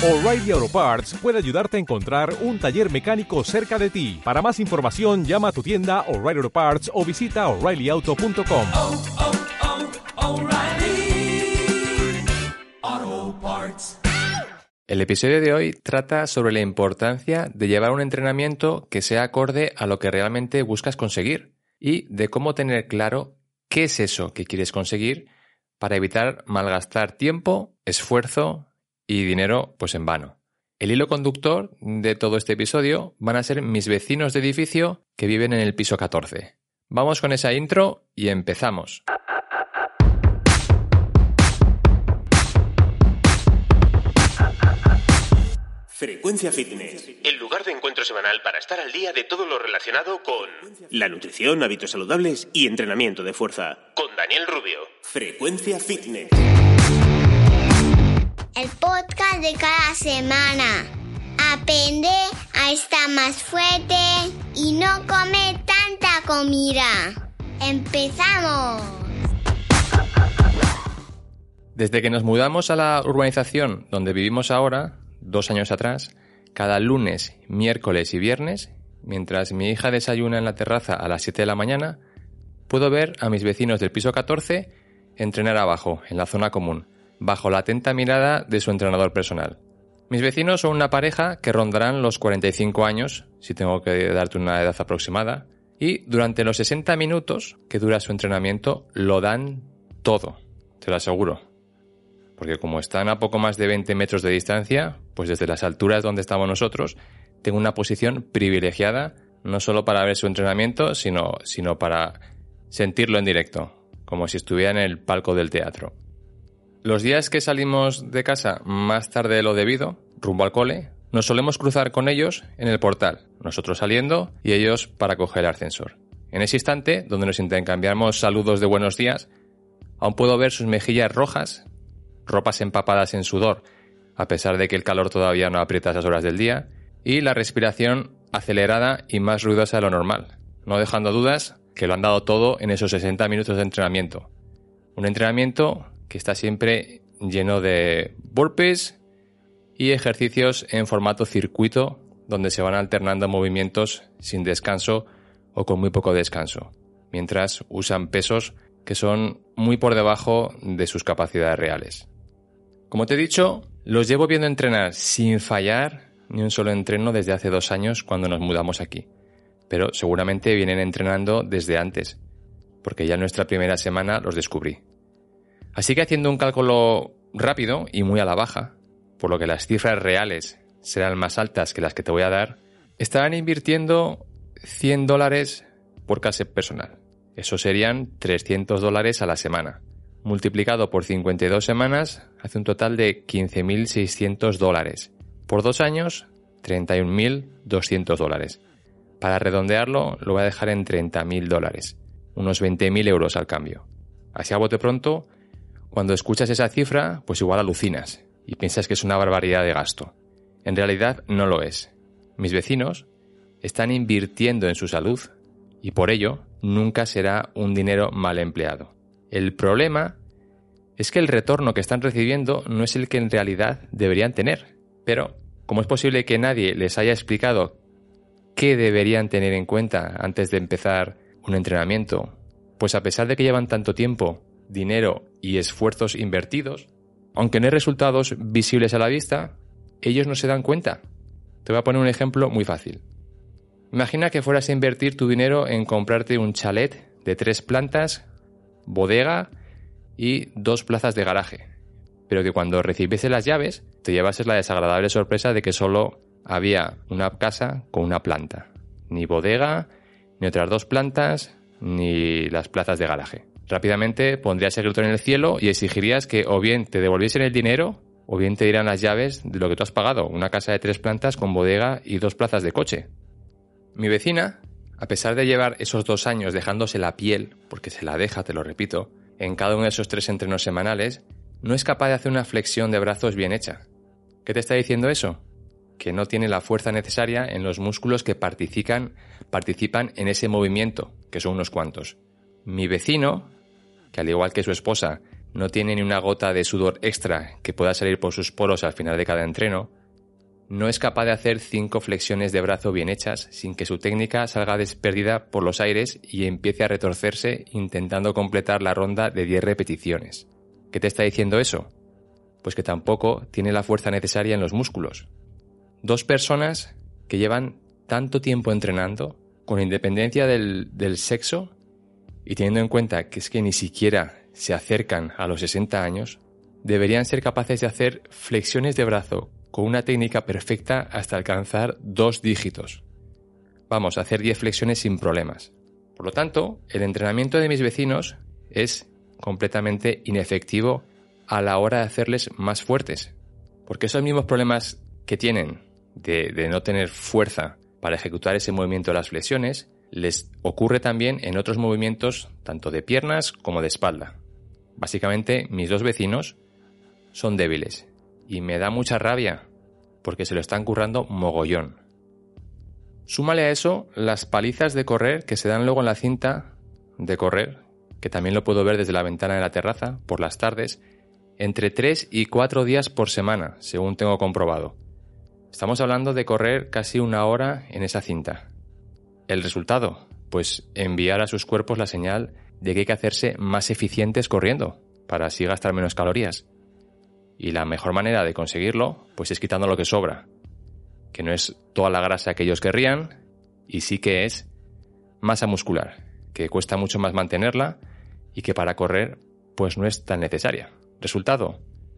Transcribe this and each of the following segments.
O'Reilly Auto Parts puede ayudarte a encontrar un taller mecánico cerca de ti. Para más información, llama a tu tienda O'Reilly Auto Parts o visita O'ReillyAuto.com. O'Reilly Auto Parts. El episodio de hoy trata sobre la importancia de llevar un entrenamiento que sea acorde a lo que realmente buscas conseguir y de cómo tener claro qué es eso que quieres conseguir para evitar malgastar tiempo, esfuerzo y dinero pues en vano. El hilo conductor de todo este episodio van a ser mis vecinos de edificio que viven en el piso 14. Vamos con esa intro y empezamos. Frecuencia Fitness, El lugar de encuentro semanal para estar al día de todo lo relacionado con la nutrición, hábitos saludables y entrenamiento de fuerza. Con Daniel Rubio. Frecuencia Fitness. El podcast de cada semana. Aprende a estar más fuerte y no comer tanta comida. ¡Empezamos! Desde que nos mudamos a la urbanización donde vivimos ahora, 2 años atrás, cada lunes, miércoles y viernes, mientras mi hija desayuna en la terraza a las 7 de la mañana, puedo ver a mis vecinos del piso 14 entrenar abajo, en la zona común, bajo la atenta mirada de su entrenador personal. Mis vecinos son una pareja que rondarán los 45 años, si tengo que darte una edad aproximada, y durante los 60 minutos que dura su entrenamiento lo dan todo, te lo aseguro. Porque como están a poco más de 20 metros de distancia, pues desde las alturas donde estamos nosotros, tengo una posición privilegiada, no solo para ver su entrenamiento, sino para sentirlo en directo, como si estuviera en el palco del teatro. Los días que salimos de casa más tarde de lo debido, rumbo al cole, nos solemos cruzar con ellos en el portal, nosotros saliendo y ellos para coger el ascensor. En ese instante, donde nos intercambiamos saludos de buenos días, aún puedo ver sus mejillas rojas, ropas empapadas en sudor, a pesar de que el calor todavía no aprieta esas horas del día, y la respiración acelerada y más ruidosa de lo normal, no dejando dudas que lo han dado todo en esos 60 minutos de entrenamiento. Un entrenamiento que está siempre lleno de burpees y ejercicios en formato circuito donde se van alternando movimientos sin descanso o con muy poco descanso, mientras usan pesos que son muy por debajo de sus capacidades reales. Como te he dicho, los llevo viendo entrenar sin fallar ni un solo entreno desde hace 2 años cuando nos mudamos aquí, pero seguramente vienen entrenando desde antes, porque ya en nuestra primera semana los descubrí. Así que haciendo un cálculo rápido y muy a la baja, por lo que las cifras reales serán más altas que las que te voy a dar, estarán invirtiendo $100 por clase personal. Eso serían $300 a la semana. Multiplicado por 52 semanas, hace un total de $15.600. Por 2 años, $31.200. Para redondearlo, lo voy a dejar en $30.000, unos 20.000 euros al cambio. Así a bote pronto, cuando escuchas esa cifra, pues igual alucinas y piensas que es una barbaridad de gasto. En realidad no lo es. Mis vecinos están invirtiendo en su salud y por ello nunca será un dinero mal empleado. El problema es que el retorno que están recibiendo no es el que en realidad deberían tener. Pero, ¿cómo es posible que nadie les haya explicado qué deberían tener en cuenta antes de empezar un entrenamiento? Pues a pesar de que llevan tanto tiempo, dinero y esfuerzos invertidos, aunque no hay resultados visibles a la vista, ellos no se dan cuenta. Te voy a poner un ejemplo muy fácil. Imagina que fueras a invertir tu dinero en comprarte un chalet de 3 plantas, bodega y 2 plazas de garaje, pero que cuando recibiese las llaves te llevases la desagradable sorpresa de que solo había una casa con una planta, ni bodega, ni otras 2 plantas, ni las plazas de garaje. Rápidamente pondrías el grito en el cielo y exigirías que o bien te devolviesen el dinero o bien te dieran las llaves de lo que tú has pagado, una casa de 3 plantas con bodega y 2 plazas de coche. Mi vecina, a pesar de llevar esos 2 años dejándose la piel, porque se la deja, te lo repito, en cada uno de esos 3 entrenos semanales, no es capaz de hacer una flexión de brazos bien hecha. ¿Qué te está diciendo eso? Que no tiene la fuerza necesaria en los músculos que participan en ese movimiento, que son unos cuantos. Mi vecino, que al igual que su esposa, no tiene ni una gota de sudor extra que pueda salir por sus poros al final de cada entreno, no es capaz de hacer 5 flexiones de brazo bien hechas sin que su técnica salga desperdida por los aires y empiece a retorcerse intentando completar la ronda de 10 repeticiones. ¿Qué te está diciendo eso? Pues que tampoco tiene la fuerza necesaria en los músculos. 2 personas que llevan tanto tiempo entrenando, con independencia del sexo, y teniendo en cuenta que es que ni siquiera se acercan a los 60 años, deberían ser capaces de hacer flexiones de brazo con una técnica perfecta hasta alcanzar 2 dígitos. Vamos, a hacer 10 flexiones sin problemas. Por lo tanto, el entrenamiento de mis vecinos es completamente inefectivo a la hora de hacerles más fuertes. Porque esos mismos problemas que tienen de no tener fuerza para ejecutar ese movimiento de las flexiones, les ocurre también en otros movimientos tanto de piernas como de espalda. Básicamente, mis 2 vecinos son débiles y me da mucha rabia porque se lo están currando mogollón. Súmale a eso las palizas de correr que se dan luego en la cinta de correr, que también lo puedo ver desde la ventana de la terraza por las tardes, entre 3 y 4 días por semana, según tengo comprobado. Estamos hablando de correr casi 1 hora en esa cinta. ¿El resultado? Pues enviar a sus cuerpos la señal de que hay que hacerse más eficientes corriendo, para así gastar menos calorías. Y la mejor manera de conseguirlo, pues es quitando lo que sobra, que no es toda la grasa que ellos querrían, y sí que es masa muscular, que cuesta mucho más mantenerla y que para correr pues no es tan necesaria. Resultado,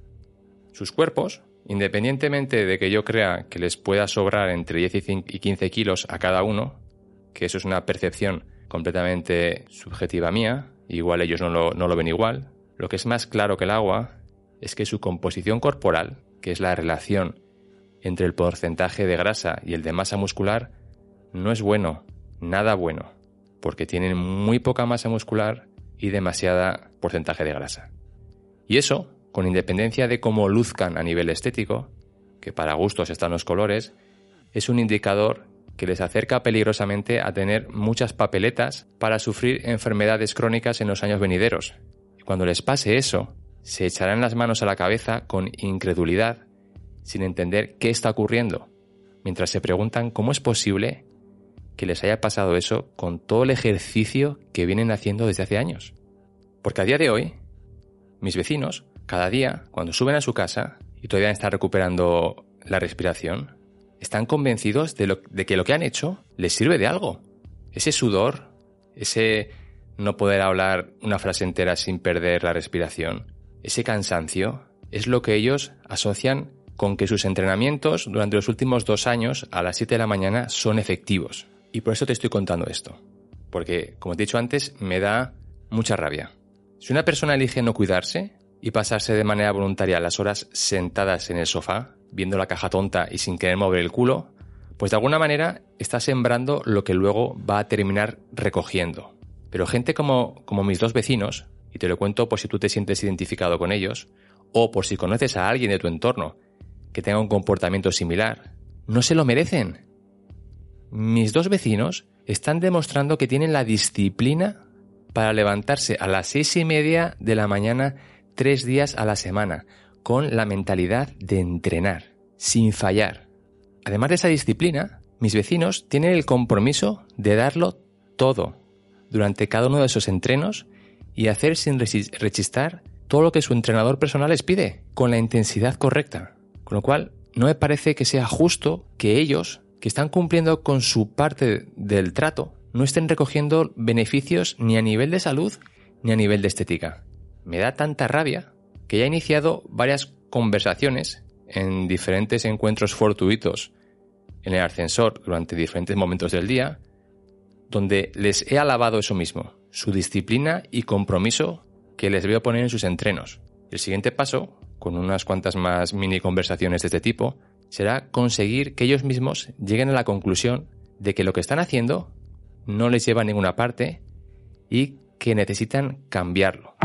sus cuerpos, independientemente de que yo crea que les pueda sobrar entre 10 y 15 kilos a cada uno, que eso es una percepción completamente subjetiva mía, igual ellos no lo ven igual, lo que es más claro que el agua es que su composición corporal, que es la relación entre el porcentaje de grasa y el de masa muscular, no es bueno, nada bueno, porque tienen muy poca masa muscular y demasiada porcentaje de grasa. Y eso, con independencia de cómo luzcan a nivel estético, que para gustos están los colores, es un indicador que les acerca peligrosamente a tener muchas papeletas para sufrir enfermedades crónicas en los años venideros. Y cuando les pase eso, se echarán las manos a la cabeza con incredulidad, sin entender qué está ocurriendo, mientras se preguntan cómo es posible que les haya pasado eso con todo el ejercicio que vienen haciendo desde hace años. Porque a día de hoy, mis vecinos, cada día, cuando suben a su casa y todavía están recuperando la respiración, están convencidos de que lo que han hecho les sirve de algo. Ese sudor, ese no poder hablar una frase entera sin perder la respiración, ese cansancio, es lo que ellos asocian con que sus entrenamientos durante los últimos 2 años a las 7 de la mañana son efectivos. Y por eso te estoy contando esto. Porque, como te he dicho antes, me da mucha rabia. Si una persona elige no cuidarse y pasarse de manera voluntaria las horas sentadas en el sofá, viendo la caja tonta y sin querer mover el culo, pues de alguna manera está sembrando lo que luego va a terminar recogiendo. Pero gente como mis 2 vecinos, y te lo cuento por si tú te sientes identificado con ellos, o por si conoces a alguien de tu entorno que tenga un comportamiento similar, no se lo merecen. Mis 2 vecinos están demostrando que tienen la disciplina para levantarse a las 6:30 de la mañana 3 días a la semana, con la mentalidad de entrenar, sin fallar. Además de esa disciplina, mis vecinos tienen el compromiso de darlo todo durante cada uno de esos entrenos y hacer sin rechistar todo lo que su entrenador personal les pide, con la intensidad correcta. Con lo cual, no me parece que sea justo que ellos, que están cumpliendo con su parte del trato, no estén recogiendo beneficios ni a nivel de salud ni a nivel de estética. Me da tanta rabia que ya he iniciado varias conversaciones en diferentes encuentros fortuitos en el ascensor durante diferentes momentos del día, donde les he alabado eso mismo, su disciplina y compromiso que les veo poner en sus entrenos. El siguiente paso, con unas cuantas más mini conversaciones de este tipo, será conseguir que ellos mismos lleguen a la conclusión de que lo que están haciendo no les lleva a ninguna parte y que necesitan cambiarlo.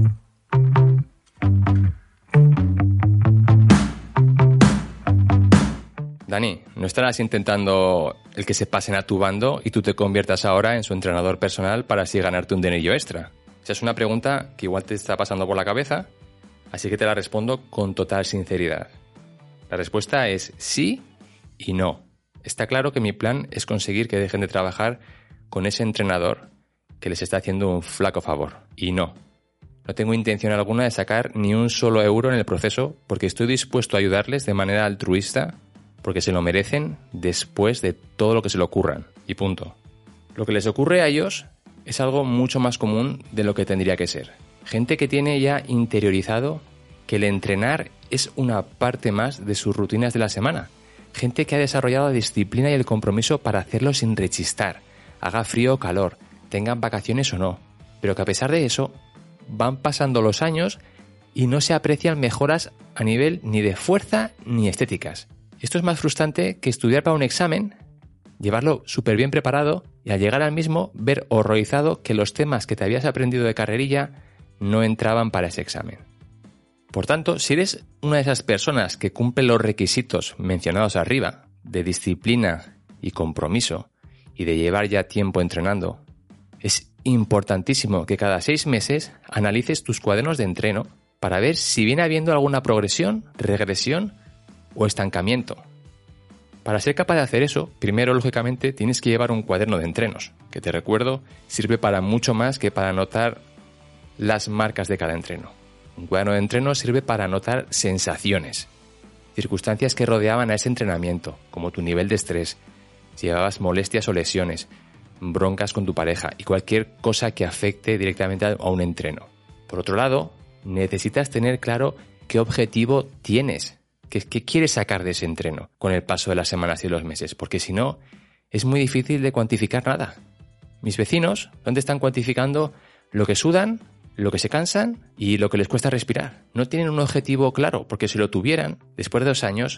Dani, no estarás intentando el que se pasen a tu bando y tú te conviertas ahora en su entrenador personal para así ganarte un dinerillo extra. Esa es una pregunta que igual te está pasando por la cabeza, así que te la respondo con total sinceridad. La respuesta es sí y no. Está claro que mi plan es conseguir que dejen de trabajar con ese entrenador que les está haciendo un flaco favor. Y no tengo intención alguna de sacar ni un solo euro en el proceso, porque estoy dispuesto a ayudarles de manera altruista, porque se lo merecen después de todo lo que se le ocurran. Y punto. Lo que les ocurre a ellos es algo mucho más común de lo que tendría que ser. Gente que tiene ya interiorizado que el entrenar es una parte más de sus rutinas de la semana. Gente que ha desarrollado la disciplina y el compromiso para hacerlo sin rechistar, haga frío o calor, tengan vacaciones o no. Pero que a pesar de eso, van pasando los años y no se aprecian mejoras a nivel ni de fuerza ni estéticas. Esto es más frustrante que estudiar para un examen, llevarlo súper bien preparado y al llegar al mismo ver horrorizado que los temas que te habías aprendido de carrerilla no entraban para ese examen. Por tanto, si eres una de esas personas que cumple los requisitos mencionados arriba, de disciplina y compromiso, y de llevar ya tiempo entrenando, es importantísimo que cada 6 meses analices tus cuadernos de entreno para ver si viene habiendo alguna progresión, regresión o estancamiento. Para ser capaz de hacer eso, primero, lógicamente, tienes que llevar un cuaderno de entrenos, que te recuerdo, sirve para mucho más que para anotar las marcas de cada entreno. Un cuaderno de entreno sirve para anotar sensaciones, circunstancias que rodeaban a ese entrenamiento, como tu nivel de estrés, si llevabas molestias o lesiones, broncas con tu pareja y cualquier cosa que afecte directamente a un entreno. Por otro lado, necesitas tener claro qué objetivo tienes, qué quieres sacar de ese entreno con el paso de las semanas y los meses, porque si no, es muy difícil de cuantificar nada. Mis vecinos, ¿dónde están cuantificando lo que sudan, lo que se cansan y lo que les cuesta respirar? No tienen un objetivo claro, porque si lo tuvieran, después de 2 años,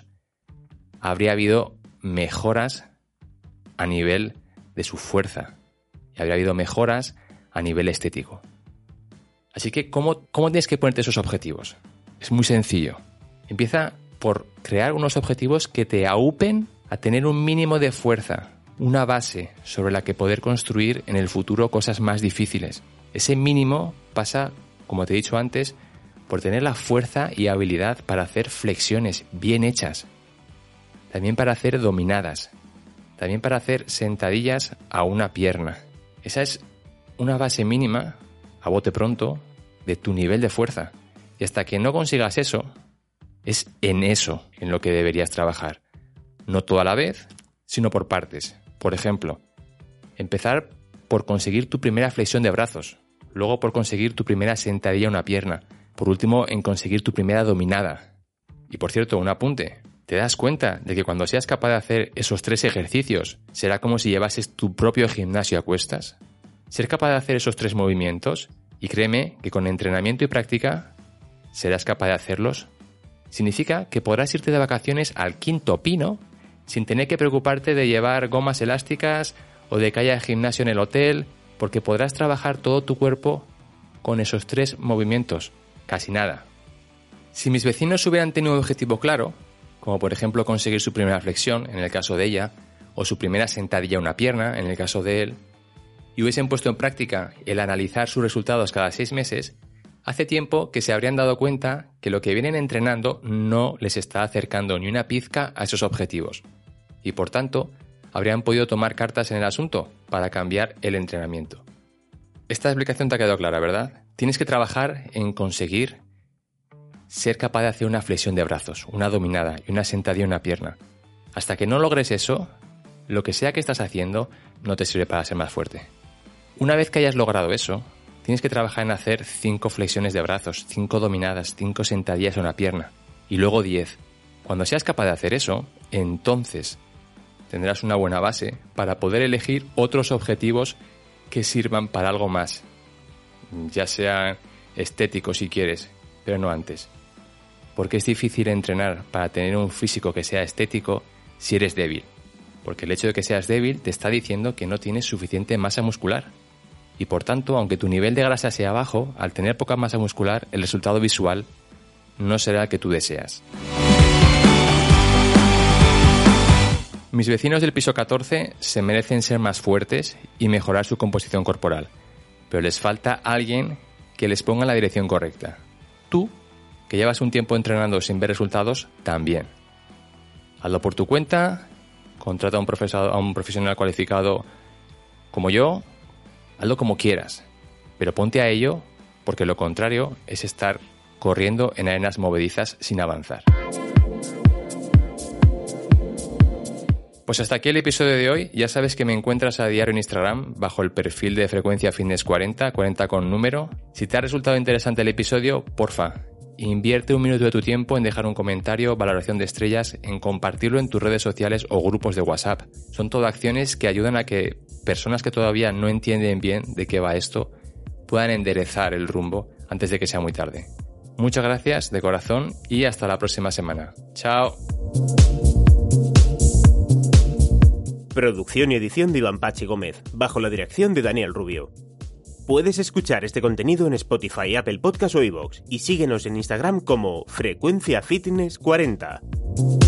habría habido mejoras a nivel de su fuerza y habría habido mejoras a nivel estético. Así que, ¿cómo tienes que ponerte esos objetivos? Es muy sencillo. Empieza por crear unos objetivos que te aupen a tener un mínimo de fuerza, una base sobre la que poder construir en el futuro cosas más difíciles. Ese mínimo pasa, como te he dicho antes, por tener la fuerza y habilidad para hacer flexiones bien hechas, también para hacer dominadas, también para hacer sentadillas a una pierna. Esa es una base mínima, a bote pronto, de tu nivel de fuerza. Y hasta que no consigas eso, es en eso en lo que deberías trabajar. No todo a la vez, sino por partes. Por ejemplo, empezar por conseguir tu primera flexión de brazos, luego por conseguir tu primera sentadilla a una pierna, por último en conseguir tu primera dominada. Y por cierto, un apunte. ¿Te das cuenta de que cuando seas capaz de hacer esos 3 ejercicios será como si llevases tu propio gimnasio a cuestas? Ser capaz de hacer esos 3 movimientos, y créeme que con entrenamiento y práctica serás capaz de hacerlos, significa que podrás irte de vacaciones al 5º pino sin tener que preocuparte de llevar gomas elásticas o de que haya gimnasio en el hotel, porque podrás trabajar todo tu cuerpo con esos 3 movimientos, casi nada. Si mis vecinos hubieran tenido un objetivo claro, como por ejemplo conseguir su primera flexión, en el caso de ella, o su primera sentadilla a una pierna, en el caso de él, y hubiesen puesto en práctica el analizar sus resultados cada 6 meses, hace tiempo que se habrían dado cuenta que lo que vienen entrenando no les está acercando ni una pizca a esos objetivos, y por tanto, habrían podido tomar cartas en el asunto para cambiar el entrenamiento. Esta explicación te ha quedado clara, ¿verdad? Tienes que trabajar en conseguir ser capaz de hacer una flexión de brazos, una dominada y una sentadilla en una pierna. Hasta que no logres eso, lo que sea que estás haciendo no te sirve para ser más fuerte. Una vez que hayas logrado eso, tienes que trabajar en hacer 5 flexiones de brazos, 5 dominadas, 5 sentadillas en una pierna y luego 10. Cuando seas capaz de hacer eso, entonces tendrás una buena base para poder elegir otros objetivos que sirvan para algo más, ya sea estético si quieres, pero no antes. Porque es difícil entrenar para tener un físico que sea estético si eres débil. Porque el hecho de que seas débil te está diciendo que no tienes suficiente masa muscular. Y por tanto, aunque tu nivel de grasa sea bajo, al tener poca masa muscular, el resultado visual no será el que tú deseas. Mis vecinos del piso 14 se merecen ser más fuertes y mejorar su composición corporal. pero les falta alguien que les ponga en la dirección correcta. Tú, que llevas un tiempo entrenando sin ver resultados, también. Hazlo por tu cuenta, contrata a un profesional cualificado como yo, hazlo como quieras, pero ponte a ello, porque lo contrario es estar corriendo en arenas movedizas sin avanzar. Pues hasta aquí el episodio de hoy. Ya sabes que me encuentras a diario en Instagram bajo el perfil de Frecuencia Fitness 40 con número. Si te ha resultado interesante el episodio, porfa, invierte un minuto de tu tiempo en dejar un comentario, valoración de estrellas, en compartirlo en tus redes sociales o grupos de WhatsApp. Son todo acciones que ayudan a que personas que todavía no entienden bien de qué va esto puedan enderezar el rumbo antes de que sea muy tarde. Muchas gracias de corazón y hasta la próxima semana. ¡Chao! Producción y edición de Iván Pachi Gómez, bajo la dirección de Daniel Rubio. Puedes escuchar este contenido en Spotify, Apple Podcasts o iVoox y síguenos en Instagram como Frecuencia Fitness 40.